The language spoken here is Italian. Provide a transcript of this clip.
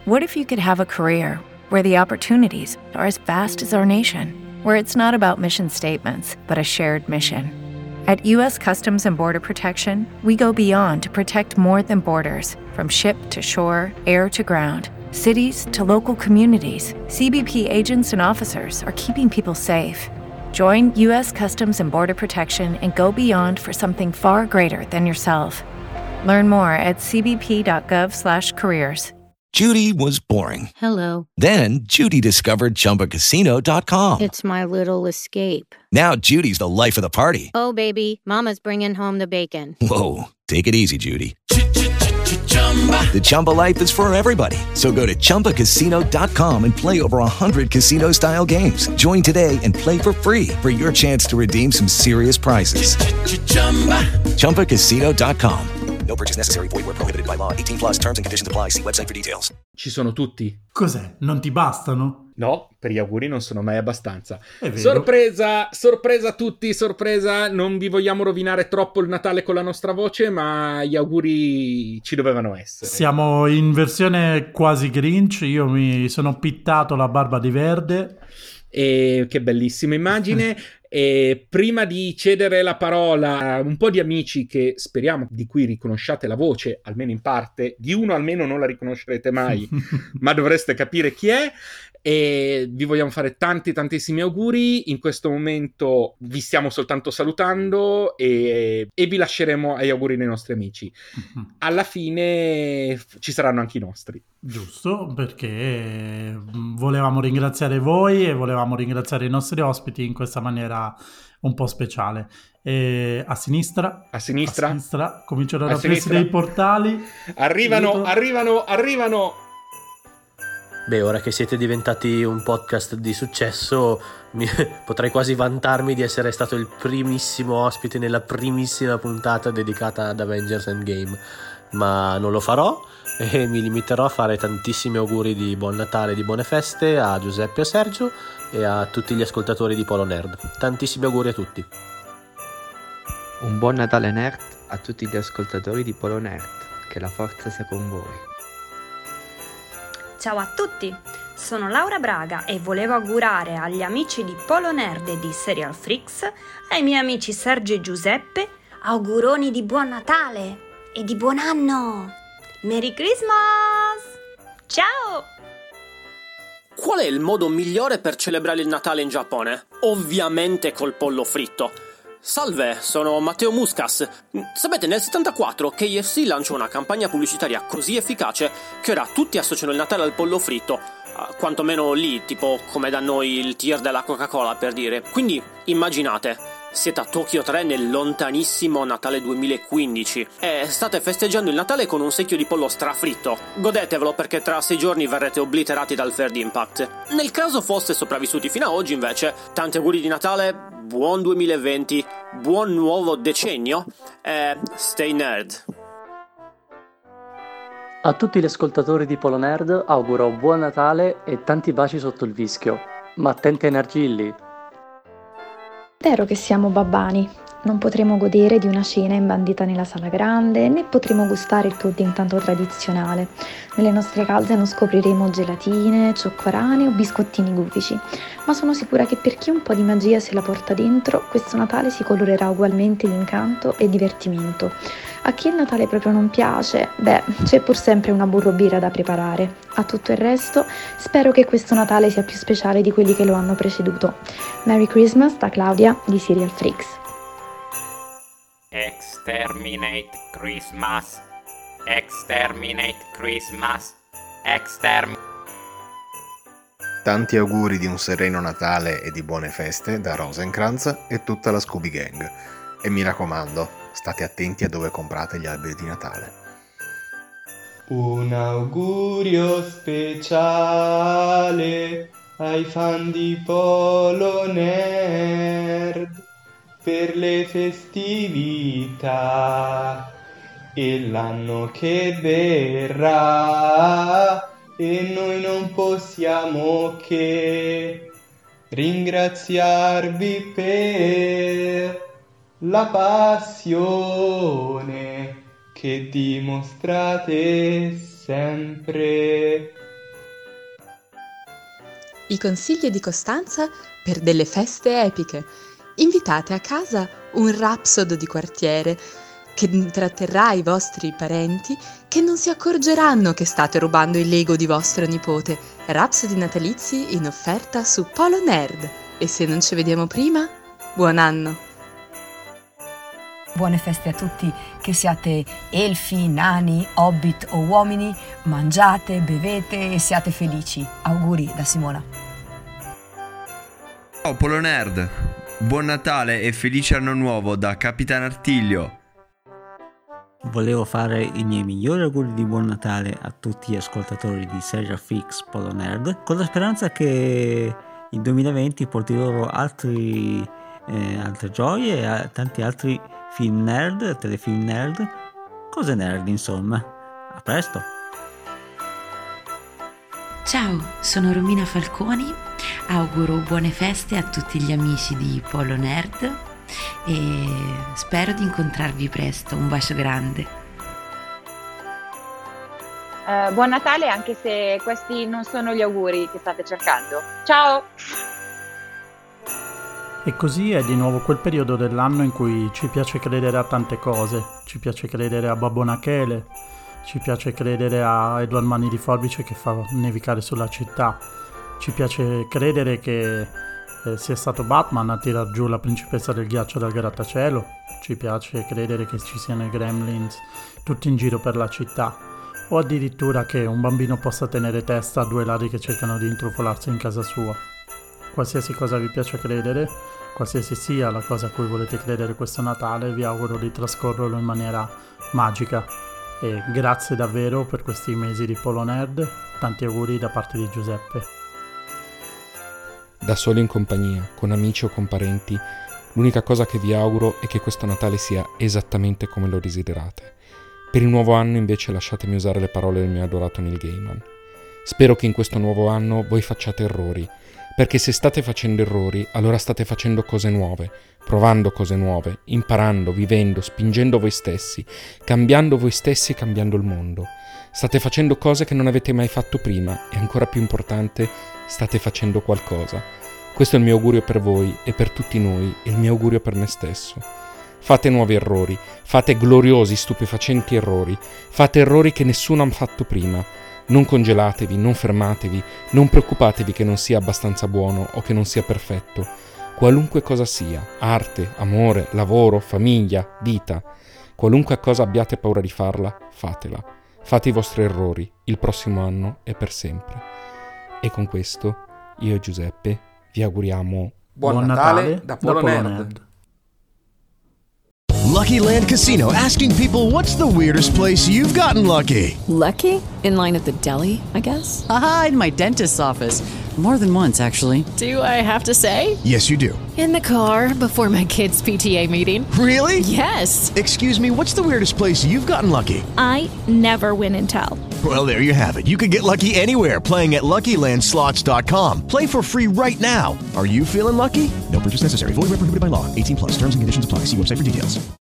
What if you could have a career where the opportunities are as vast as our nation, where it's not about mission statements, but a shared mission? At U.S. Customs and Border Protection, we go beyond to protect more than borders. From ship to shore, air to ground, cities to local communities, CBP agents and officers are keeping people safe. Join U.S. Customs and Border Protection and go beyond for something far greater than yourself. Learn more at cbp.gov/careers. Judy was boring. Hello. Then Judy discovered ChumbaCasino.com. It's my little escape. Now Judy's the life of the party. Oh, baby, mama's bringing home the bacon. Whoa, take it easy, Judy. The Chumba life is for everybody. So go to ChumbaCasino.com and play over 100 casino-style games. Join today and play for free for your chance to redeem some serious prizes. ChumbaCasino.com. No purchase necessary. Void where prohibited by law. 18+ terms and conditions apply. See website for details. Ci sono tutti. Cos'è? Non ti bastano? No, per gli auguri non sono mai abbastanza. È vero. Sorpresa a tutti, sorpresa. Non vi vogliamo rovinare troppo il Natale con la nostra voce, ma gli auguri ci dovevano essere. Siamo in versione quasi Grinch. Io mi sono pittato la barba di verde. E che bellissima immagine. E prima di cedere la parola a un po' di amici che speriamo di cui riconosciate la voce, almeno in parte, di uno almeno non la riconoscerete mai, ma dovreste capire chi è, e vi vogliamo fare tantissimi auguri. In questo momento vi stiamo soltanto salutando e vi lasceremo agli auguri dei nostri amici. Alla fine ci saranno anche i nostri. Giusto, perché volevamo ringraziare voi e volevamo ringraziare i nostri ospiti in questa maniera un po' speciale. E a sinistra cominciano ad aprirsi dei portali. Arrivano. Beh, ora che siete diventati un podcast di successo, potrei quasi vantarmi di essere stato il primissimo ospite nella primissima puntata dedicata ad Avengers Endgame, ma non lo farò e mi limiterò a fare tantissimi auguri di buon Natale e di buone feste a Giuseppe e a Sergio e a tutti gli ascoltatori di Polo Nerd. Tantissimi auguri a tutti. Un buon Natale nerd a tutti gli ascoltatori di Polo Nerd. Che la forza sia con voi. Ciao a tutti, sono Laura Braga e volevo augurare agli amici di Polo Nerd e di Serial Freaks, ai miei amici Sergio e Giuseppe, auguroni di buon Natale e di buon anno! Merry Christmas! Ciao! Qual è il modo migliore per celebrare il Natale in Giappone? Ovviamente col pollo fritto. Salve, sono Matteo Muscas. Sapete, nel 74 KFC lanciò una campagna pubblicitaria così efficace che ora tutti associano il Natale al pollo fritto, quantomeno lì, tipo come da noi il tier della Coca-Cola, per dire. Quindi immaginate, siete a Tokyo 3 nel lontanissimo Natale 2015 e state festeggiando il Natale con un secchio di pollo strafritto. Godetevelo, perché tra 6 giorni verrete obliterati dal Third Impact. Nel caso foste sopravvissuti fino a oggi, invece, tanti auguri di Natale, buon 2020, buon nuovo decennio e stay nerd. A tutti gli ascoltatori di Polo Nerd auguro buon Natale e tanti baci sotto il vischio, ma attenti ai nargilli. Spero che siamo babbani. Non potremo godere di una cena imbandita nella sala grande, né potremo gustare il pudding tanto tradizionale. Nelle nostre case non scopriremo gelatine, cioccorane o biscottini gufici, ma sono sicura che per chi un po' di magia se la porta dentro, questo Natale si colorerà ugualmente di incanto e divertimento. A chi il Natale proprio non piace, c'è pur sempre una burro-birra da preparare. A tutto il resto, spero che questo Natale sia più speciale di quelli che lo hanno preceduto. Merry Christmas da Claudia di Serial Freaks. Exterminate Christmas. Exterminate Christmas. Tanti auguri di un sereno Natale e di buone feste da Rosencrantz e tutta la Scooby Gang. E mi raccomando, state attenti a dove comprate gli alberi di Natale. Un augurio speciale ai fan di Polo Nerd per le festività e l'anno che verrà, e noi non possiamo che ringraziarvi per la passione che dimostrate sempre I consigli di Costanza per delle feste epiche. Invitate a casa un rapsodo di quartiere che intratterrà i vostri parenti che non si accorgeranno che state rubando il Lego di vostro nipote. Rapsodi natalizi in offerta su Polo Nerd. E se non ci vediamo prima, buon anno! Buone feste a tutti, che siate elfi, nani, hobbit o uomini, mangiate, bevete e siate felici. Auguri da Simona. Ciao Polo Nerd, buon Natale e felice anno nuovo da Capitan Artiglio. Volevo fare i miei migliori auguri di buon Natale a tutti gli ascoltatori di Serial Freaks Polo Nerd, con la speranza che il 2020 porti loro altre gioie e tanti altri film nerd, telefilm nerd, cose nerd insomma. A presto! Ciao, sono Romina Falconi, auguro buone feste a tutti gli amici di Polo Nerd e spero di incontrarvi presto, un bacio grande. Buon Natale, anche se questi non sono gli auguri che state cercando. Ciao! E così è di nuovo quel periodo dell'anno in cui ci piace credere a tante cose. Ci piace credere a Babbo Nachele, ci piace credere a Edward Mani di Forbice che fa nevicare sulla città, ci piace credere che sia stato Batman a tirar giù la principessa del ghiaccio dal grattacielo, ci piace credere che ci siano i gremlins tutti in giro per la città, o addirittura che un bambino possa tenere testa a due ladri che cercano di intrufolarsi in casa sua. Qualsiasi cosa vi piace credere, qualsiasi sia la cosa a cui volete credere questo Natale, vi auguro di trascorrerlo in maniera magica. E grazie davvero per questi mesi di Polo Nerd, tanti auguri da parte di Giuseppe. Da soli in compagnia, con amici o con parenti, l'unica cosa che vi auguro è che questo Natale sia esattamente come lo desiderate. Per il nuovo anno invece lasciatemi usare le parole del mio adorato Neil Gaiman. Spero che in questo nuovo anno voi facciate errori, perché se state facendo errori, allora state facendo cose nuove, provando cose nuove, imparando, vivendo, spingendo voi stessi, cambiando voi stessi e cambiando il mondo. State facendo cose che non avete mai fatto prima e, ancora più importante, state facendo qualcosa. Questo è il mio augurio per voi e per tutti noi e il mio augurio per me stesso. Fate nuovi errori, fate gloriosi, stupefacenti errori, fate errori che nessuno ha fatto prima. Non congelatevi, non fermatevi, non preoccupatevi che non sia abbastanza buono o che non sia perfetto. Qualunque cosa sia, arte, amore, lavoro, famiglia, vita, qualunque cosa abbiate paura di farla, fatela. Fate i vostri errori, il prossimo anno e per sempre. E con questo, io e Giuseppe vi auguriamo Buon Natale da Polo Nerd. Lucky Land Casino, asking people, what's the weirdest place you've gotten lucky? Lucky? In line at the deli, I guess? Aha, in my dentist's office. More than once, actually. Do I have to say? Yes, you do. In the car before my kids' PTA meeting. Really? Yes. Excuse me, what's the weirdest place you've gotten lucky? I never win and tell. Well, there you have it. You can get lucky anywhere, playing at LuckyLandSlots.com. Play for free right now. Are you feeling lucky? No purchase necessary. Void where prohibited by law. 18+. Terms and conditions apply. See website for details.